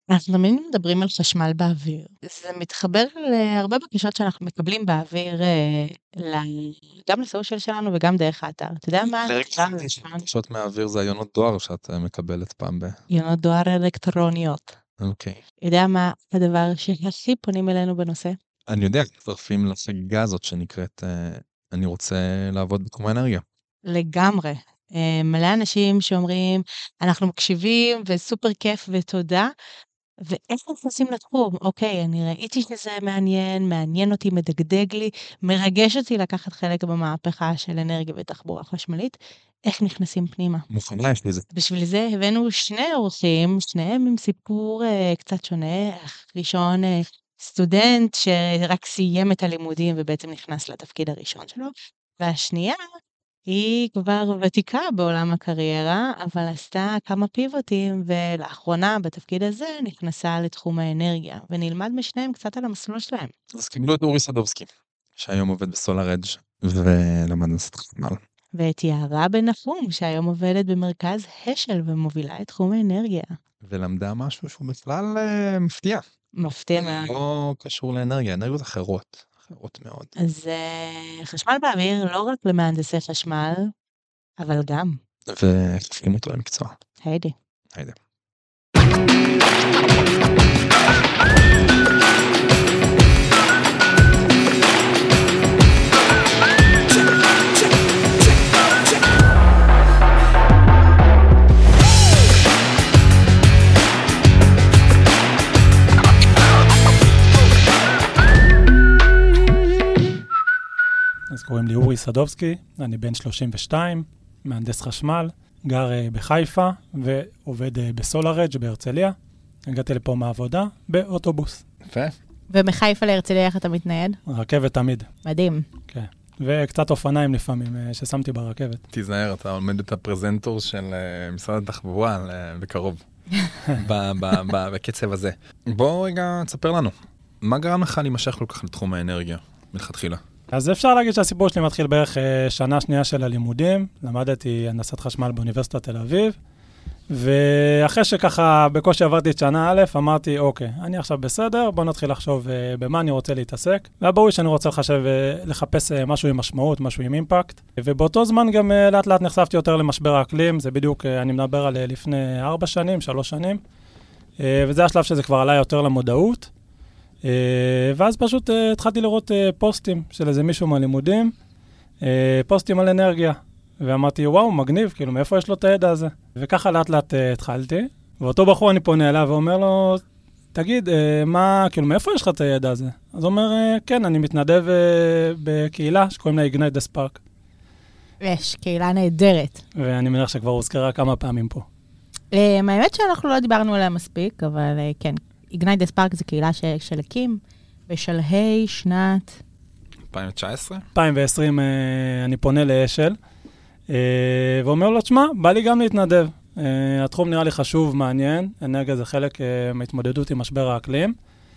אנחנו תמיד מדברים על חשמל באוויר. זה מתחבר להרבה בקשות שאנחנו מקבלים באוויר, גם לסושיאל שלנו וגם דרך האתר. אתה יודע מה? בקשות מהאוויר זה היונות דואר שאת מקבלת פעם ב... יונות דואר אלקטרוניות. אוקיי. יודע מה הדבר שהכי פונים אלינו בנושא? אני יודע, מצטרפים לשגה הזאת שנקראת, אני רוצה לעבוד בתחום האנרגיה. לגמרי. מלא אנשים שאומרים, אנחנו מקשיבים וסופר כיף ותודה, ואיך נכנסים לתחום? אוקיי, אני ראיתי שזה מעניין, מעניין אותי, מדגדג לי, מרגש אותי לקחת חלק במהפכה של אנרגיה ותחבורה חשמלית. איך נכנסים פנימה? מוכנה, יש לי זה. בשביל זה הבאנו שני אורחים, שניהם עם סיפור קצת שונה. ראשון, סטודנט שרק סיים את הלימודים ובעצם נכנס לתפקיד הראשון שלו, והשנייה היא כבר ותיקה בעולם הקריירה, אבל עשתה כמה פיבוטים, ולאחרונה בתפקיד הזה נכנסה לתחום האנרגיה, ונלמד משניהם קצת על המסלול שלהם. אז קיבלו את אורי סדובסקי, שהיום עובד בסולארג' ולמד לעשות חשמל. ואת יערה בן נחום, שהיום עובדת במרכז השל ומובילה את תחום האנרגיה. ולמדה משהו שהוא בכלל מפתיע. מפתיע מאוד. לא קשור לאנרגיה, אנרגיות אחרות מאוד. אז חשמל באוויר לא רק למהנדסי חשמל, אבל גם. והפכים אותו למקצוע. היידי. אז קוראים לי אורי סדובסקי, אני בן 32, מהנדס חשמל, גר בחיפה ועובד בסולארג' בהרצליה. הגעתי לפה מהעבודה באוטובוס. יפה. ומחיפה להרצליה איך אתה מתנייד? רכבת תמיד. מדהים. כן. וקצת אופניים לפעמים ששמתי ברכבת. תיזהר, אתה עומד את הפרזנטור של משרד התחבורה בקרוב. בקצב הזה. בוא רגע תספר לנו. מה גרם לך להימשך כל כך לתחום האנרגיה מלכתחילה? אז אפשר להגיד שהסיפור שלי מתחיל בערך שנה שנייה של הלימודים. למדתי הנדסת חשמל באוניברסיטת תל אביב, ואחרי שככה בקושי עברתי את שנה א', אמרתי, אוקיי, אני עכשיו בסדר, בוא נתחיל לחשוב במה אני רוצה להתעסק. והברור שאני רוצה לחפש משהו עם משמעות, משהו עם אימפקט. ובאותו זמן גם לאט לאט נחשפתי יותר למשבר האקלים, זה בדיוק, אני מדבר על לפני 4 שנים, 3 שנים, וזה השלב שזה כבר עלה יותר למודעות. ואז פשוט התחלתי לראות פוסטים של איזה מישהו מהלימודים, פוסטים על אנרגיה, ואמרתי, וואו, מגניב, כאילו, מאיפה יש לו את הידע הזה? וככה לאט לאט התחלתי, ואותו בחור אני פונה אליו ואומר לו, תגיד, כאילו, מאיפה יש לך את הידע הזה? אז הוא אומר, כן, אני מתנדב בקהילה שקוראים לה Ignite the Spark. יש, קהילה נהדרת. ואני מניח שכבר הוזכרה כמה פעמים פה. האמת שאנחנו לא דיברנו עליה מספיק, אבל כן, Ignite the Spark זה קהילה של הקים, בשלהי שנת 2019? 2020 אני פונה לאשל, ואומר לו, תשמע, בא לי גם להתנדב. התחום נראה לי חשוב, מעניין, אנרגיה זה חלק מהתמודדות עם משבר האקלים,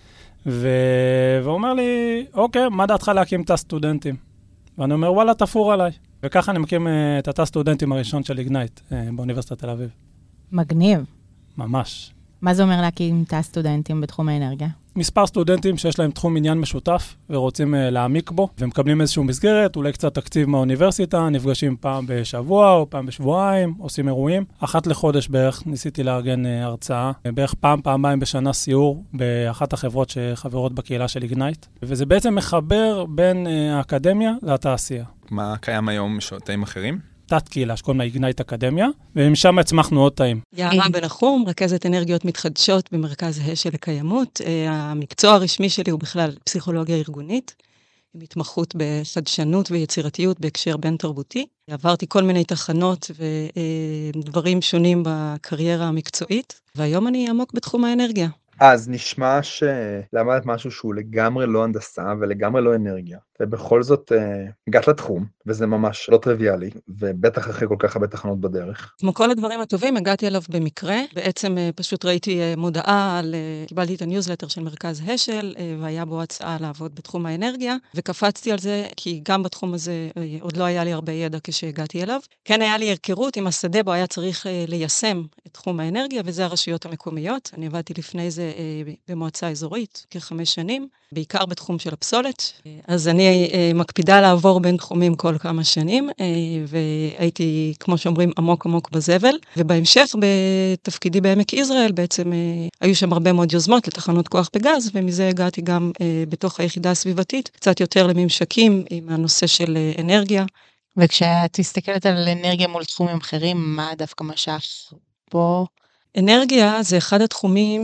ואומר לי, אוקיי, מה דעתך להקים תא סטודנטים? ואני אומר, וואלה, תפור עליי. וככה אני מקים את התא סטודנטים הראשון של Ignite באוניברסיטת תל אביב. מגניב. ממש. מה זה אומר להקים תא סטודנטים בתחום האנרגיה? מספר סטודנטים שיש להם תחום עניין משותף ורוצים להעמיק בו, ומקבלים איזשהו מסגרת, אולי קצת תקציב מהאוניברסיטה, נפגשים פעם בשבוע או פעם בשבועיים, עושים אירועים. אחת לחודש בערך ניסיתי לארגן הרצאה, בערך פעמיים בשנה סיור באחת החברות שחברות בקהילה של Ignite, וזה בעצם מחבר בין האקדמיה לתעשייה. מה קיים היום תאים אחרים? תת קהילה שקוראים לה Ignite אקדמיה, ומשם הצמחנו עוד תאים. יערה בן נחום, רכזת אנרגיות מתחדשות במרכז השל לקיימות. המקצוע הרשמי שלי הוא בכלל פסיכולוגיה ארגונית, עם התמחות בחדשנות ויצירתיות בהקשר בין תרבותי. עברתי כל מיני תחנות ודברים שונים בקריירה המקצועית, והיום אני עמוק בתחום האנרגיה. אז נשמע שלמדת משהו שהוא לגמרי לא הנדסה ולגמרי לא אנרגיה. ובכל זאת הגעת לתחום, וזה ממש לא טריוויאלי, ובטח אחרי כל כך הרבה תחנות בדרך. כמו כל הדברים הטובים, הגעתי אליו במקרה. בעצם פשוט ראיתי מודעה, קיבלתי את הניוזלטר של מרכז השל, והיה בו הצעה לעבוד בתחום האנרגיה, וקפצתי על זה, כי גם בתחום הזה עוד לא היה לי הרבה ידע כשהגעתי אליו. כן היה לי הכרות עם השדה בו היה צריך ליישם את תחום האנרגיה, וזה הרשויות המקומיות. אני עבדתי לפני זה במועצה אזורית, כ5 שנים, בעיקר בתחום של הפסולת. אז אני מקפידה לעבור בין תחומים כל כמה שנים, והייתי, כמו שאומרים, עמוק עמוק בזבל. ובהמשך, בתפקידי בעמק יזרעאל, בעצם היו שם הרבה מאוד יוזמות לתחנות כוח בגז, ומזה הגעתי גם בתוך היחידה הסביבתית, קצת יותר לממשקים עם הנושא של אנרגיה. וכשאת מסתכלת על אנרגיה מול תחומים אחרים, מה דווקא משך פה? אנרגיה זה אחד התחומים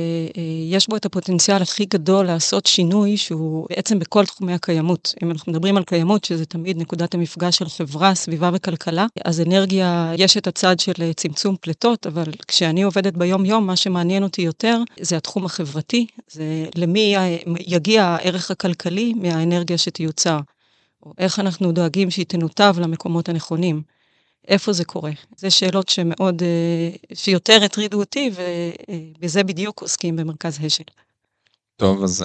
שיש בו את הפוטנציאל הכי גדול לעשות שינוי שהוא בעצם בכל תחומי הקיימות. אם אנחנו מדברים על קיימות, שזה תמיד נקודת המפגש של חברה, סביבה וכלכלה, אז אנרגיה יש את הצד של צמצום פלטות, אבל כשאני עובדת ביום יום, מה שמעניין אותי יותר זה התחום החברתי, זה למי יגיע הערך הכלכלי מהאנרגיה שתיוצר, או איך אנחנו דואגים שהיא תנותב למקומות הנכונים. איפה זה קורה? זה שאלות שמאוד, שיותר הטרידו אותי, ובזה בדיוק עוסקים במרכז השל. טוב, אז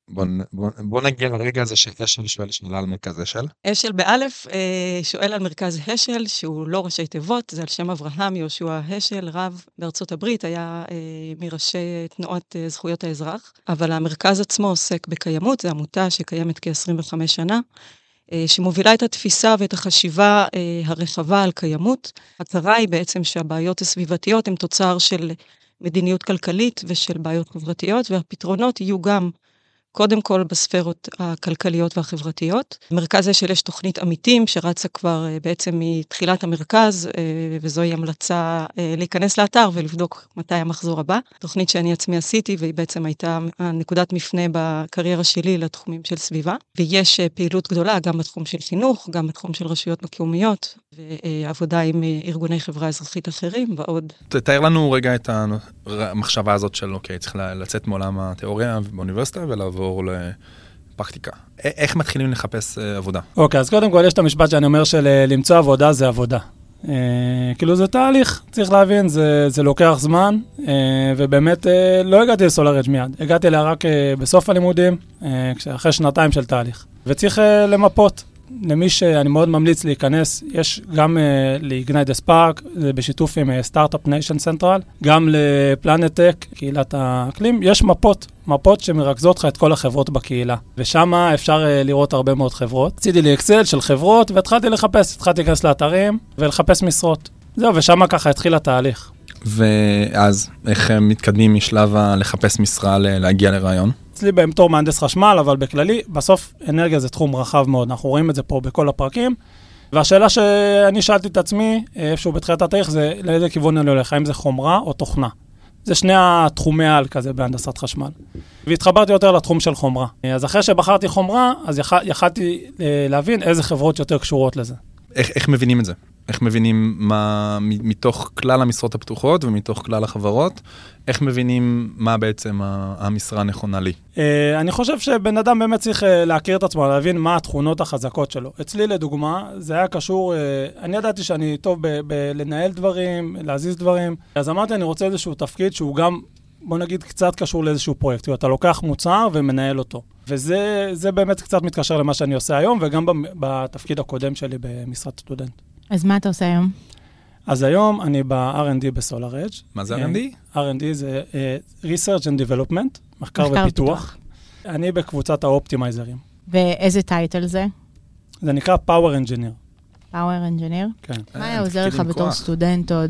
בוא נגיע לרגע הזה שאשל שואל שאלה על מרכז השל. אשל באלף שואל על מרכז השל, שהוא לא ראשי תיבות, זה על שם אברהם יהושע השל, רב בארצות הברית, היה מראשי תנועות זכויות האזרח, אבל המרכז עצמו עוסק בקיימות, זו עמותה שקיימת כ-25 שנה, שמובילה את התפיסה ואת החשיבה הרחבה על קיימות. הכרה היא בעצם שהבעיות הסביבתיות הן תוצר של מדיניות כלכלית ושל בעיות חברתיות, והפתרונות יהיו גם קודם כל בספרות הכלכליות והחברתיות. במרכז השל יש תוכנית עמיתים שרצה כבר בעצם מתחילת המרכז, וזוהי המלצה להיכנס לאתר ולבדוק מתי המחזור הבא. תוכנית שאני עצמי עשיתי, והיא בעצם הייתה נקודת מפנה בקריירה שלי לתחומים של סביבה. ויש פעילות גדולה גם בתחום של חינוך, גם בתחום של רשויות מקומיות, ועבודה עם ארגוני חברה אזרחית אחרים ועוד. תתאר לנו רגע את המחשבה הזאת של, אוקיי, צריך לצאת מעולם התיאוריה באוניברסיטה ולעבור לפרקטיקה. איך מתחילים לחפש עבודה? אוקיי, אז קודם כל יש את המשפט שאני אומר של למצוא עבודה זה עבודה. כאילו זה תהליך, צריך להבין, זה לוקח זמן, ובאמת לא הגעתי לסולארג' מיד. הגעתי אליה רק בסוף הלימודים, אחרי 2 של תהליך. וצריך למפות. למי שאני מאוד ממליץ להיכנס, יש גם ל-Ignite the Spark, זה בשיתוף עם Startup Nation Central, גם לפלנטק, קהילת האקלים, יש מפות שמרכזות לך את כל החברות בקהילה. ושם אפשר לראות הרבה מאוד חברות. עשיתי לי אקסל של חברות, והתחלתי להיכנס לאתרים ולחפש משרות. זהו, ושם ככה התחיל התהליך. ואז איך מתקדמים משלב לחפש משרה להגיע לרעיון? אצלי בתור מהנדס חשמל, אבל בכללי, בסוף אנרגיה זה תחום רחב מאוד. אנחנו רואים את זה פה בכל הפרקים. והשאלה שאני שאלתי את עצמי, איפשהו בתחילת התהליך, זה לאיזה כיוון אני הולך, האם זה חומרה או תוכנה. זה שני התחומי על כזה בהנדסת חשמל. והתחברתי יותר לתחום של חומרה. אז אחרי שבחרתי חומרה, אז יכלתי להבין איזה חברות יותר קשורות לזה. איך מבינים את זה? איך מבינים מה, מתוך כלל המשרות הפתוחות ומתוך כלל החברות, איך מבינים מה בעצם המשרה הנכונה לי? אני חושב שבן אדם באמת צריך להכיר את עצמו, להבין מה התכונות החזקות שלו. אצלי לדוגמה, זה היה קשור, אני ידעתי שאני טוב בלנהל דברים, להזיז דברים, אז אמרתי אני רוצה איזשהו תפקיד שהוא גם, בוא נגיד, קצת קשור לאיזשהו פרויקט. אתה לוקח מוצר ומנהל אותו. וזה באמת קצת מתקשר למה שאני עושה היום, וגם בתפקיד הקודם שלי במשרד סטודנט. אז מה אתה עושה היום? אז היום אני ב-R&D בסולארג'. מה זה R&D? R&D זה Research and Development, מחקר ופיתוח. אני בקבוצת האופטימייזרים. ואיזה טייטל זה? זה נקרא Power Engineer. Power Engineer? כן. מה היה עוזר לך בתור סטודנט עוד?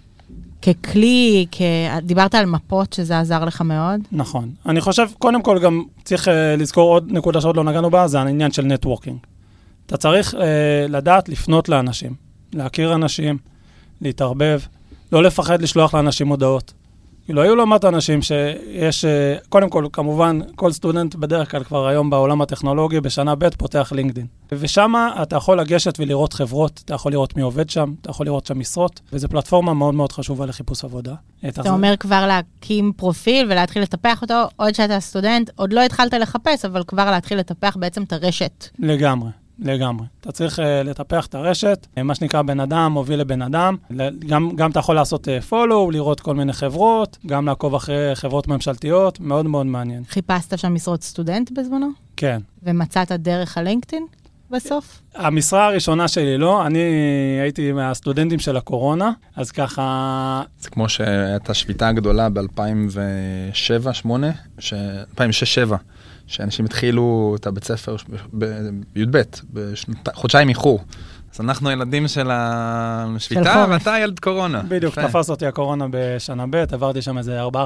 ככלי, דיברת על מפות שזה עזר לך מאוד? נכון. אני חושב, קודם כל גם צריך לזכור עוד נקודה שעוד לא נגענו בה, זה העניין של נטוורקינג. אתה צריך לדעת לפנות לאנשים, להכיר אנשים, להתערבב, לא לפחד לשלוח לאנשים הודעות. כאילו, היו לא מעט אנשים שיש, קודם כל, כמובן, כל סטודנט בדרך כלל כבר היום בעולם הטכנולוגי, בשנה ב' פותח לינקדין. ושם אתה יכול לגשת ולראות חברות, אתה יכול לראות מי עובד שם, אתה יכול לראות שם משרות, וזו פלטפורמה מאוד מאוד חשובה לחיפוש עבודה. אתה אומר כבר להקים פרופיל ולהתחיל לטפח אותו, עוד שאתה סטודנט, עוד לא התחלת לחפש, אבל כבר להתחיל לטפח בעצם את הרשת. לגמרי. לגמרי. אתה צריך לטפח את הרשת, מה שנקרא בן אדם, מוביל לבן אדם. גם אתה יכול לעשות follow, לראות כל מיני חברות, גם לעקוב אחרי חברות ממשלתיות, מאוד מאוד מעניין. חיפשת שם משרות סטודנט בזמנו? כן. ומצאת דרך הלינקדאין בסוף? המשרה הראשונה שלי לא, אני הייתי מהסטודנטים של הקורונה, אז ככה... זה כמו שהייתה שביתה גדולה ב-2007-2008, 2006-2007. שאנשים התחילו את הבית ספר בי"ב, חודשיים איחור. אז אנחנו ילדים של השביתה, ואתה ילד קורונה. בדיוק, תפס אותי הקורונה בשנה ב', עברתי שם איזה 4-5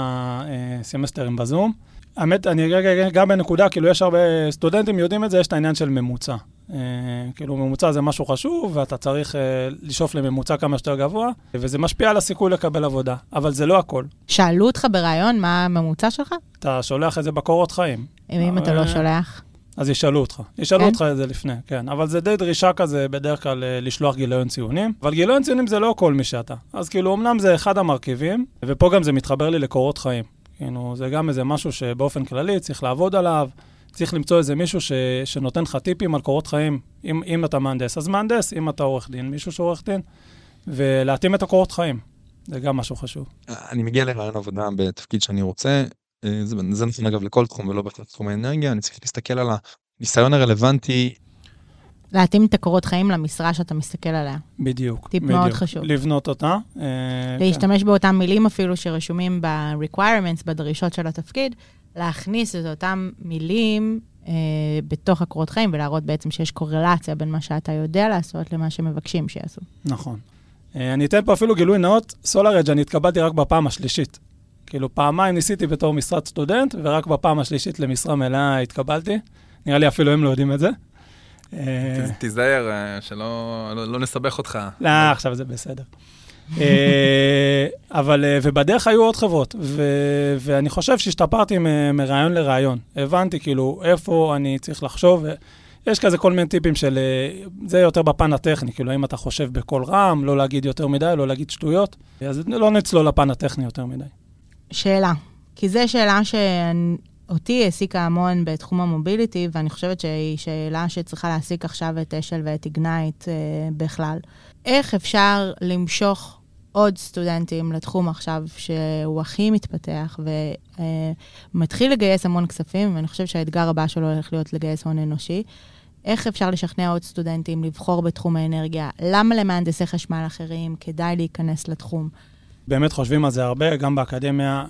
סמסטרים בזום. האמת, אני גם בנקודה, כאילו יש הרבה סטודנטים יודעים את זה, יש את העניין של ממוצע. כאילו ממוצע זה משהו חשוב, ואתה צריך לשאוף לממוצע כמה שיותר גבוה, וזה משפיע על הסיכוי לקבל עבודה, אבל זה לא הכל. שאלו אותך ברעיון מה הממוצע שלך? אתה שולח את זה בקורות חיים. אם אתה לא שולח? אז ישאלו אותך. ישאלו אותך את זה לפני, כן. אבל זה די דרישה כזה בדרך כלל לשלוח גיליון ציונים. אבל גיליון ציונים זה לא כל מי שאתה. אז כאילו, אמנם זה אחד המרכיבים, ופה גם זה מתחבר לי לקורות חיים. כאילו, זה גם איזה משהו שבאופן כללי צריך לעבוד עליו, צריך למצוא איזה מישהו שנותן לך טיפים על קורות חיים. אם אתה מהנדס, אז מהנדס, אם אתה עורך דין, מישהו שעורך דין, ולהתאים את הקורות חיים. זה גם משהו חשוב. אני מגיע לרעיון עבודה בתפקיד שאני רוצה, זה נכון אגב לכל תחום ולא בכלל תחום האנרגיה, אני צריך להסתכל על הניסיון הרלוונטי. להתאים את הקורות חיים למשרה שאתה מסתכל עליה. בדיוק. טיפ מאוד חשוב. לבנות אותה. להשתמש באותם מילים אפילו שרשומים ב-requirements, בדרישות של התפקיד, להכניס את אותם מילים בתוך הקורות חיים, ולהראות בעצם שיש קורלציה בין מה שאתה יודע לעשות למה שמבקשים שיעשו. נכון. אני אתן פה אפילו גילוי נאות, SolarEdge אני התקבלתי רק בפעם השלישית. כאילו פעמיים ניסיתי בתור משרת סטודנט, ורק בפעם השלישית למשרה מלאה התקבלתי. נראה לי אפילו הם לא יודעים את זה. תיזהר, שלא נסבך אותך. לא, עכשיו זה בסדר. אבל, ובדרך היו עוד חברות, ואני חושב שהשתפרתי מרעיון לרעיון. הבנתי כאילו איפה אני צריך לחשוב, יש כזה כל מיני טיפים של, זה יותר בפן הטכני, כאילו אם אתה חושב בכל רם, לא להגיד יותר מדי, לא להגיד שטויות, אז לא נצלול לפן הטכני יותר מדי. שאלה, כי זו שאלה שאותי העסיקה המון בתחום המוביליטי, ואני חושבת שהיא שאלה שצריכה להעסיק עכשיו את אשל ואת איגנייט בכלל. איך אפשר למשוך עוד סטודנטים לתחום עכשיו שהוא הכי מתפתח ומתחיל לגייס המון כספים, ואני חושבת שהאתגר הבא שלו הולך להיות לגייס הון אנושי. איך אפשר לשכנע עוד סטודנטים לבחור בתחום האנרגיה? למה למהנדסי חשמל אחרים כדאי להיכנס לתחום? באמת חושבים על זה הרבה, גם באקדמיה.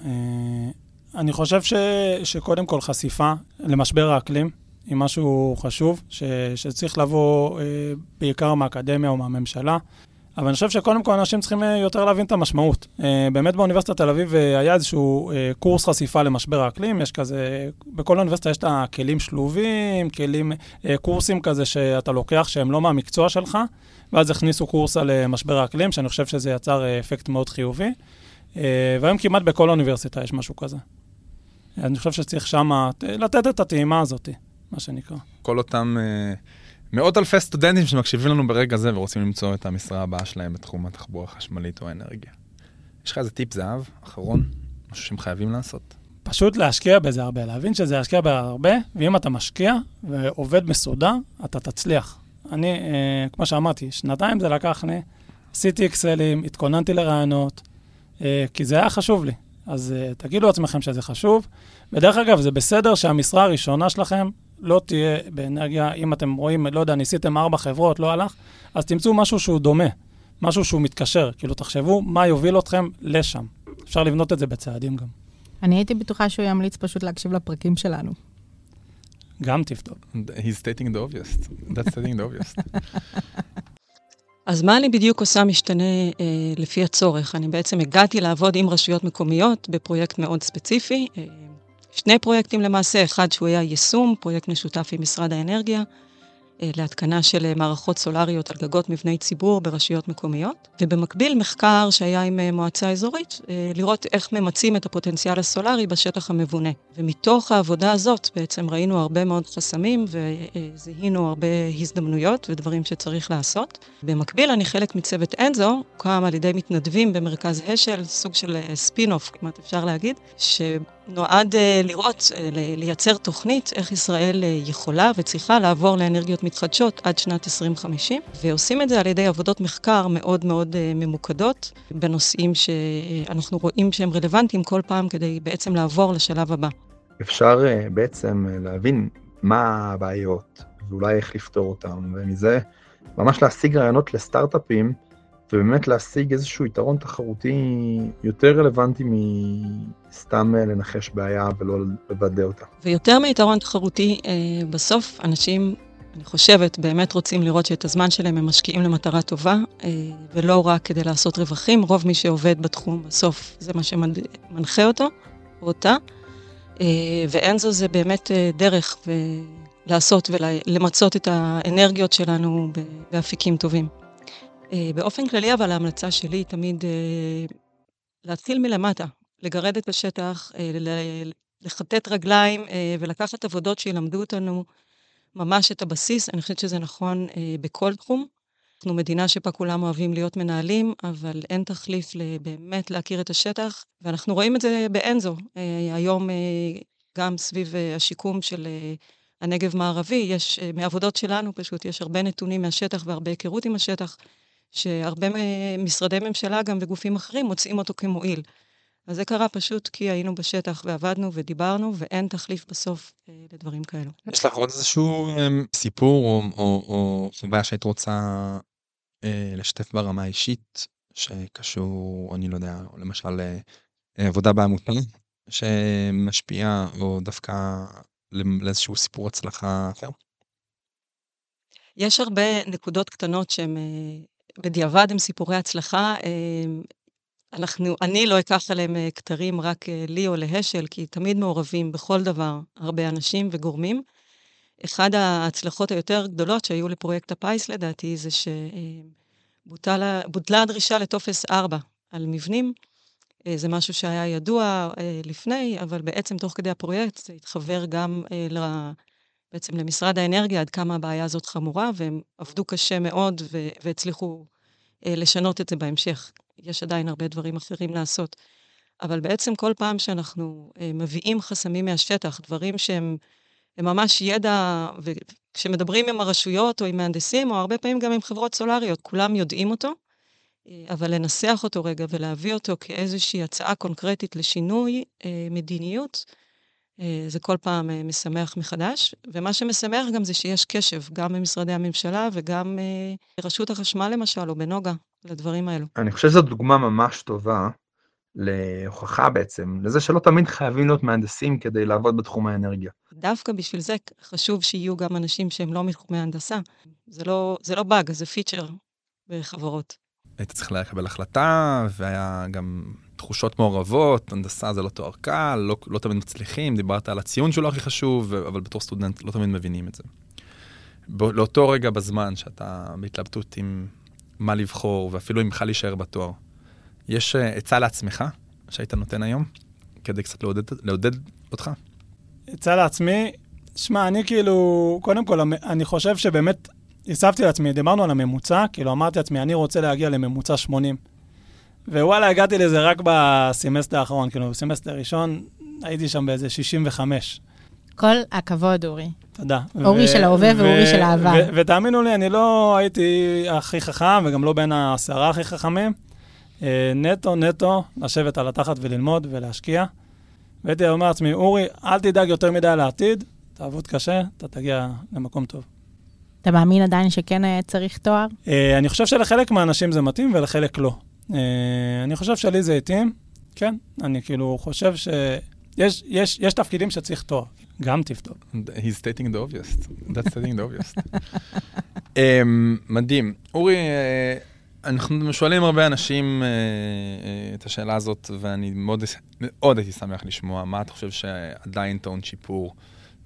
אני חושב שקודם כל חשיפה למשבר האקלים היא משהו חשוב, שצריך לבוא בעיקר מהאקדמיה או מהממשלה. אבל אני חושב שקודם כל אנשים צריכים יותר להבין את המשמעות. באמת באוניברסיטת תל אביב היה איזשהו קורס חשיפה למשבר האקלים, יש כזה, בכל אוניברסיטה יש את הכלים שלובים, קורסים כזה שאתה לוקח שהם לא מהמקצוע שלך, ואז הכניסו קורס על משבר האקלים, שאני חושב שזה יצר אפקט מאוד חיובי. והיום כמעט בכל אוניברסיטה יש משהו כזה. אני חושב שצריך שם לתת את הטעימה הזאת, מה שנקרא. כל אותם מאות אלפי סטודנטים שמקשיבים לנו ברגע זה ורוצים למצוא את המשרה הבאה שלהם בתחום התחבורה החשמלית או האנרגיה. יש לך איזה טיפ זהב, אחרון, משהו שהם חייבים לעשות? פשוט להשקיע בזה הרבה, להבין שזה להשקיע בהרבה, ואם אתה משקיע ועובד מסודר, אתה תצליח. אני, כמו שאמרתי, שנתיים זה לקח לי, עשיתי אקסלים, התכוננתי לרעיונות, כי זה היה חשוב לי. אז תגידו לעצמכם שזה חשוב. בדרך אגב, זה בסדר שהמשרה הראשונה שלכם לא תהיה באנרגיה, אם אתם רואים, לא יודע, ניסיתם 4 חברות, לא הלך, אז תמצאו משהו שהוא דומה, משהו שהוא מתקשר. כאילו, תחשבו מה יוביל אתכם לשם. אפשר לבנות את זה בצעדים גם. אני הייתי בטוחה שהוא ימליץ פשוט להקשיב לפרקים שלנו. גם תפתור. He's stating the obvious. That's stating the obvious. אז מה אני בדיוק עושה משתנה לפי הצורך? אני בעצם הגעתי לעבוד עם רשויות מקומיות בפרויקט מאוד ספציפי. 2 פרויקטים למעשה, אחד שהוא היה יישום, פרויקט משותף עם משרד האנרגיה, להתקנה של מערכות סולריות על גגות מבני ציבור ברשויות מקומיות, ובמקביל מחקר שהיה עם מועצה אזורית, לראות איך ממצים את הפוטנציאל הסולרי בשטח המבונה. ומתוך העבודה הזאת בעצם ראינו הרבה מאוד חסמים, וזהינו הרבה הזדמנויות ודברים שצריך לעשות. במקביל אני חלק מצוות אנזו, הוקם על ידי מתנדבים במרכז השל, סוג של ספין-אוף, כמעט אפשר להגיד, שנועד לראות, לייצר תוכנית איך ישראל יכולה וצריכה לעבור לאנרגיות מתחדשות עד שנת 2050, ועושים את זה על ידי עבודות מחקר מאוד מאוד ממוקדות, בנושאים שאנחנו רואים שהם רלוונטיים כל פעם כדי בעצם לעבור לשלב הבא. אפשר בעצם להבין מה הבעיות, ואולי איך לפתור אותם, ומזה ממש להשיג רעיונות לסטארט-אפים, ובאמת להשיג איזשהו יתרון תחרותי יותר רלוונטי מסתם לנחש בעיה ולא לוודא אותה. ויותר מיתרון תחרותי, בסוף אנשים, אני חושבת, באמת רוצים לראות שאת הזמן שלהם הם משקיעים למטרה טובה, ולא רק כדי לעשות רווחים. רוב מי שעובד בתחום בסוף זה מה שמנחה אותו או אותה, ואנזו זה באמת דרך לעשות ולמצות את האנרגיות שלנו באפיקים טובים. באופן כללי, אבל ההמלצה שלי היא תמיד להתחיל מלמטה, לגרד את השטח, לחטט רגליים ולקחת עבודות שילמדו אותנו ממש את הבסיס. אני חושבת שזה נכון בכל תחום. אנחנו מדינה שפה כולם אוהבים להיות מנהלים, אבל אין תחליף באמת להכיר את השטח, ואנחנו רואים את זה באנזו. היום גם סביב השיקום של הנגב מערבי, יש מעבודות שלנו פשוט, יש הרבה נתונים מהשטח והרבה היכרות עם השטח, שהרבה משרדי ממשלה גם וגופים אחרים מוצאים אותו כמועיל. אז זה קרה פשוט כי היינו בשטח ועבדנו ודיברנו, ואין תחליף בסוף לדברים כאלו. יש לך עוד איזשהו סיפור או חוויה שהיית רוצה לשתף ברמה האישית, שקשור, אני לא יודע, למשל עבודה בעמותה, שמשפיעה או דווקא לאיזשהו סיפור הצלחה אחר? יש הרבה נקודות קטנות שהן בדיעבד הם סיפורי הצלחה. אני לא אקח עליהם כתרים רק לי או להשל, כי תמיד מעורבים בכל דבר הרבה אנשים וגורמים. אחד ההצלחות היותר גדולות שהיו לפרויקט הפייס לדעתי, זה שבוטלה הדרישה לטופס 4 על מבנים. זה משהו שהיה ידוע לפני, אבל בעצם תוך כדי הפרויקט זה התחבר גם בעצם למשרד האנרגיה, עד כמה הבעיה הזאת חמורה, והם עבדו קשה מאוד והצליחו לשנות את זה בהמשך. יש עדיין הרבה דברים אחרים לעשות. אבל בעצם כל פעם שאנחנו מביאים חסמים מהשטח, דברים שהם ממש ידע, וכשמדברים עם הרשויות או עם מהנדסים, או הרבה פעמים גם עם חברות סולריות, כולם יודעים אותו, אבל לנסח אותו רגע ולהביא אותו כאיזושהי הצעה קונקרטית לשינוי מדיניות, זה כל פעם משמח מחדש, ומה שמשמח גם זה שיש קשב, גם במשרדי הממשלה וגם רשות החשמל למשל, או בנוגה, לדברים האלו. אני חושב שזו דוגמה ממש טובה להוכחה בעצם, לזה שלא תמיד חייבים להיות מהנדסים כדי לעבוד בתחום האנרגיה. דווקא בשביל זה חשוב שיהיו גם אנשים שהם לא מתחומי הנדסה. זה לא באג, זה פיצ'ר בחברות. היית צריך לקבל החלטה, והיה גם תחושות מעורבות, הנדסה זה לא תואר קל, לא תמיד מצליחים, דיברת על הציון שהוא לא הכי חשוב, אבל בתור סטודנט לא תמיד מבינים את זה. לאותו רגע בזמן שאתה בהתלבטות עם מה לבחור, ואפילו אם בכלל להישאר בתואר, יש עצה לעצמך שהיית נותן היום, כדי קצת לעודד אותך? עצה לעצמי, שמע, אני כאילו, קודם כל, אני חושב שבאמת הסבתי לעצמי, דיברנו על הממוצע, כאילו אמרתי לעצמי, אני רוצה להגיע לממוצע 80. ווואלה, הגעתי לזה רק בסמסטר האחרון, כאילו, בסמסטר ראשון הייתי שם באיזה 65. כל הכבוד, אורי. תודה. אורי של ההווה ואורי של העבר. ותאמינו לי, אני לא הייתי הכי חכם, וגם לא בין 10 הכי חכמים. נטו, לשבת על התחת וללמוד ולהשקיע. והייתי אומר לעצמי, אורי, אל תדאג יותר מדי לעתיד, תעבוד קשה, אתה תגיע למקום טוב. אתה מאמין עדיין שכן צריך תואר? אני חושב שלחלק מהאנשים זה מתאים ולחלק לא. אני חושב שלי זה התאים, כן. אני כאילו חושב שיש תפקידים שצריך תואר. גם תפתור. He's stating the obvious. That's stating the obvious. מדהים. אורי, אנחנו שואלים הרבה אנשים את השאלה הזאת, ואני מאוד הייתי שמח לשמוע מה אתה חושב שעדיין טעון שיפור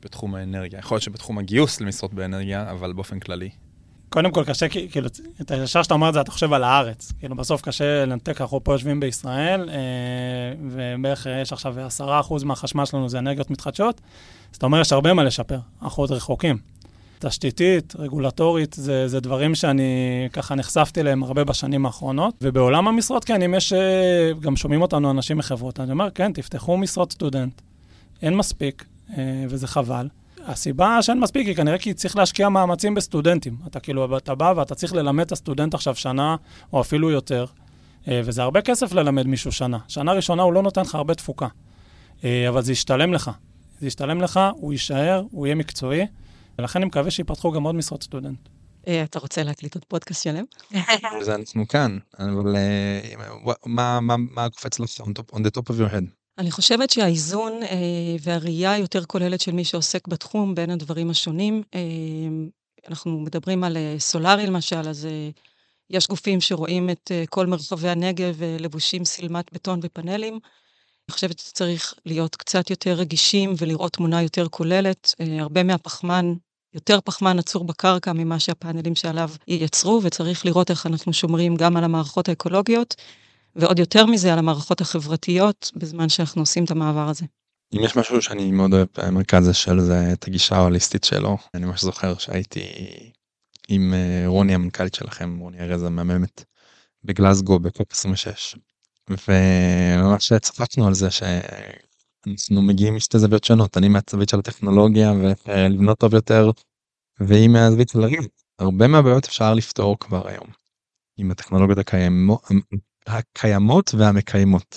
בתחום האנרגיה? יכול להיות שבתחום הגיוס למשרות באנרגיה, אבל באופן כללי. קודם כל קשה, כאילו, את השאר שאתה אומר את זה, אתה חושב על הארץ. כאילו, בסוף קשה לנתק, אנחנו פה יושבים בישראל, ובערך יש עכשיו 10% מהחשמל שלנו זה אנרגיות מתחדשות, אז אתה אומר, יש הרבה מה לשפר, אנחנו עוד רחוקים. תשתיתית, רגולטורית, זה דברים שאני ככה נחשפתי להם הרבה בשנים האחרונות, ובעולם המשרות, כן, אם יש, גם שומעים אותנו אנשים מחברות, אני אומר, כן, תפתחו משרות סטודנט, אין מספיק, וזה חבל. הסיבה שאין מספיק היא כנראה כי צריך להשקיע מאמצים בסטודנטים. אתה כאילו, אתה בא ואתה צריך ללמד את הסטודנט עכשיו שנה, או אפילו יותר, וזה הרבה כסף ללמד מישהו שנה. שנה ראשונה הוא לא נותן לך הרבה תפוקה, אבל זה ישתלם לך. זה ישתלם לך, הוא יישאר, הוא יהיה מקצועי, ולכן אני מקווה שיפתחו גם עוד משרות סטודנט. אתה רוצה להקליט עוד פודקאסט שלם? זה אנחנו כאן, אבל מה קופץ לך on the top of your head? אני חושבת שהאיזון והראייה יותר כוללת של מי שעוסק בתחום בין הדברים השונים, אנחנו מדברים על סולארי למשל, אז יש גופים שרואים את כל מרחבי הנגב לבושים סילמת בטון ופאנלים. אני חושבת שצריך להיות קצת יותר רגישים ולראות תמונה יותר כוללת. הרבה מהפחמן, יותר פחמן עצור בקרקע ממה שהפאנלים שעליו ייצרו, וצריך לראות איך אנחנו שומרים גם על המערכות האקולוגיות, ועוד יותר מזה על המערכות החברתיות, בזמן שאנחנו עושים את המעבר הזה. אם יש משהו שאני מאוד אוהב במרכז השל, זה את הגישה ההוליסטית שלו. אני ממש זוכר שהייתי עם רוני המנכ"לית שלכם, רוני ארז המהממת, בגלסגו, בקופ 26. וממש צחקנו על זה שאנחנו מגיעים משתי זוויות שונות. אני מהצווית של הטכנולוגיה ולבנות טוב יותר, והיא מהזווית של הרים. הרבה מהבעיות אפשר לפתור כבר היום, עם הטכנולוגיות הקיימות והמקיימות.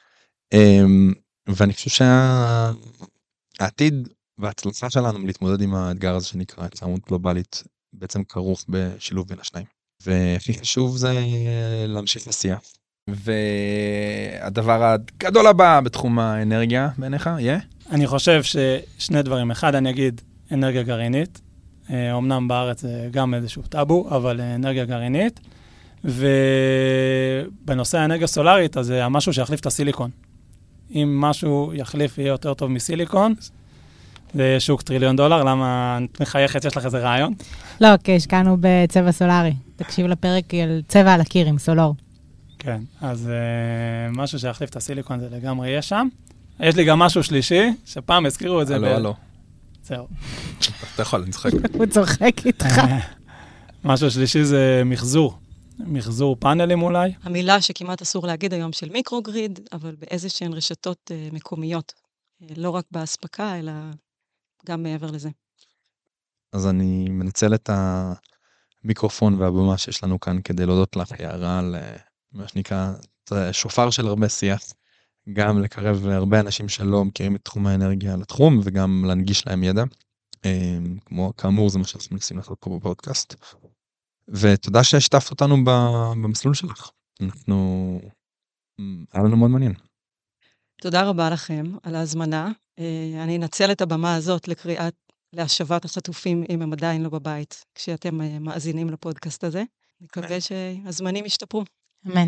ואני חושב שהעתיד וההצלחה שלנו להתמודד עם האתגר הזה שנקרא התחממות גלובלית בעצם כרוך בשילוב בין השניים. והכי חשוב זה להמשיך עשייה. והדבר הגדול הבא בתחום האנרגיה בעיניך יהיה? אני חושב ששני דברים. אחד, אני אגיד אנרגיה גרעינית. אמנם בארץ זה גם איזשהו טאבו, אבל אנרגיה גרעינית. ובנושא האנרגיה סולארית, אז זה משהו שיחליף את הסיליקון. אם משהו יחליף יהיה יותר טוב מסיליקון, זה שוק $1 טריליון, למה את מחייכת, יש לך איזה רעיון? לא, כי השקענו בצבע סולארי. תקשיב לפרק על צבע על הקיר עם סולור. כן, אז משהו שיחליף את הסיליקון זה לגמרי יהיה שם. יש לי גם משהו שלישי, שפעם הזכירו את זה. הלו. זהו. אתה יכול, אני צוחק. הוא צוחק איתך. משהו שלישי זה מחזור פאנלים אולי. המילה שכמעט אסור להגיד היום של מיקרוגריד, אבל באיזשהן רשתות מקומיות. לא רק בהספקה, אלא גם מעבר לזה. אז אני מנצל את המיקרופון והבמה שיש לנו כאן כדי להודות לך, יערה, על מה שנקרא שופר של הרבה שיח, גם לקרב הרבה אנשים שלא מכירים את תחום האנרגיה לתחום, וגם להנגיש להם ידע. כאמור, זה מה שאנחנו מנסים לעשות פה בפודקאסט. ותודה שהשתפת אותנו במסלול שלך. היה לנו מאוד מעניין. תודה רבה לכם על ההזמנה. אני אנצל את הבמה הזאת לקריאת להשבת החטופים אם הם עדיין לא בבית, כשאתם מאזינים לפודקאסט הזה. מקווה שהזמנים ישתפרו. אמן.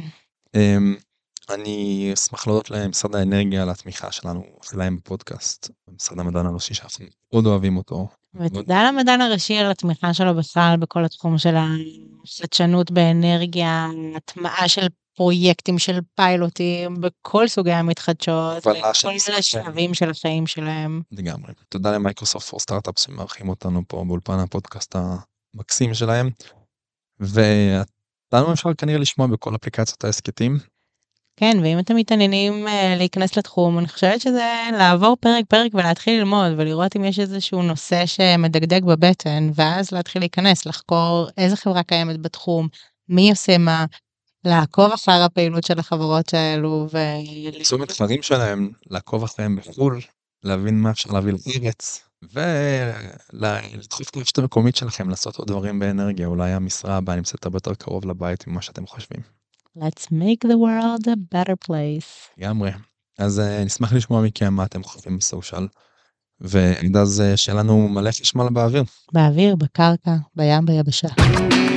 אני אשמח להודות למשרד האנרגיה על התמיכה שלנו להם בפודקאסט, משרד המדען הראשי שאנחנו מאוד אוהבים אותו. ותודה למדען הראשי על התמיכה שלו בכלל בכל התחום של החדשנות באנרגיה, הטמעה של פרויקטים של פיילוטים בכל סוגי המתחדשות, בכל השלבים של החיים שלהם. לגמרי. תודה למייקרוסופט פור סטארט-אפ שמארחים אותנו פה באולפן הפודקאסט המקסים שלהם, ואתנו אפשר כנראה לשמוע בכל אפליקציות העסקתים. כן, ואם אתם מתעניינים להיכנס לתחום, אני חושבת שזה לעבור פרק ולהתחיל ללמוד, ולראות אם יש איזשהו נושא שמדגדג בבטן, ואז להתחיל להיכנס, לחקור איזה חברה קיימת בתחום, מי עושה מה, לעקוב אחר הפעילות של החברות האלו, למצוא מתחרים שלהם, לעקוב אחריהם בחול, להבין מה אפשר להביא לארץ, ולדחוף את הרשת המקומית שלכם, לעשות עוד דברים באנרגיה, אולי המשרה הבאה נמצאת הרבה יותר קרוב לבית ממה שאתם חושבים. Let's make the world a better place. לגמרי. אז נשמח לשמוע מכם מה אתם חושבים בסושיאל, ועד אז שיהיה לנו מלא חשמל באוויר. באוויר, בקרקע, בים, ביבשה.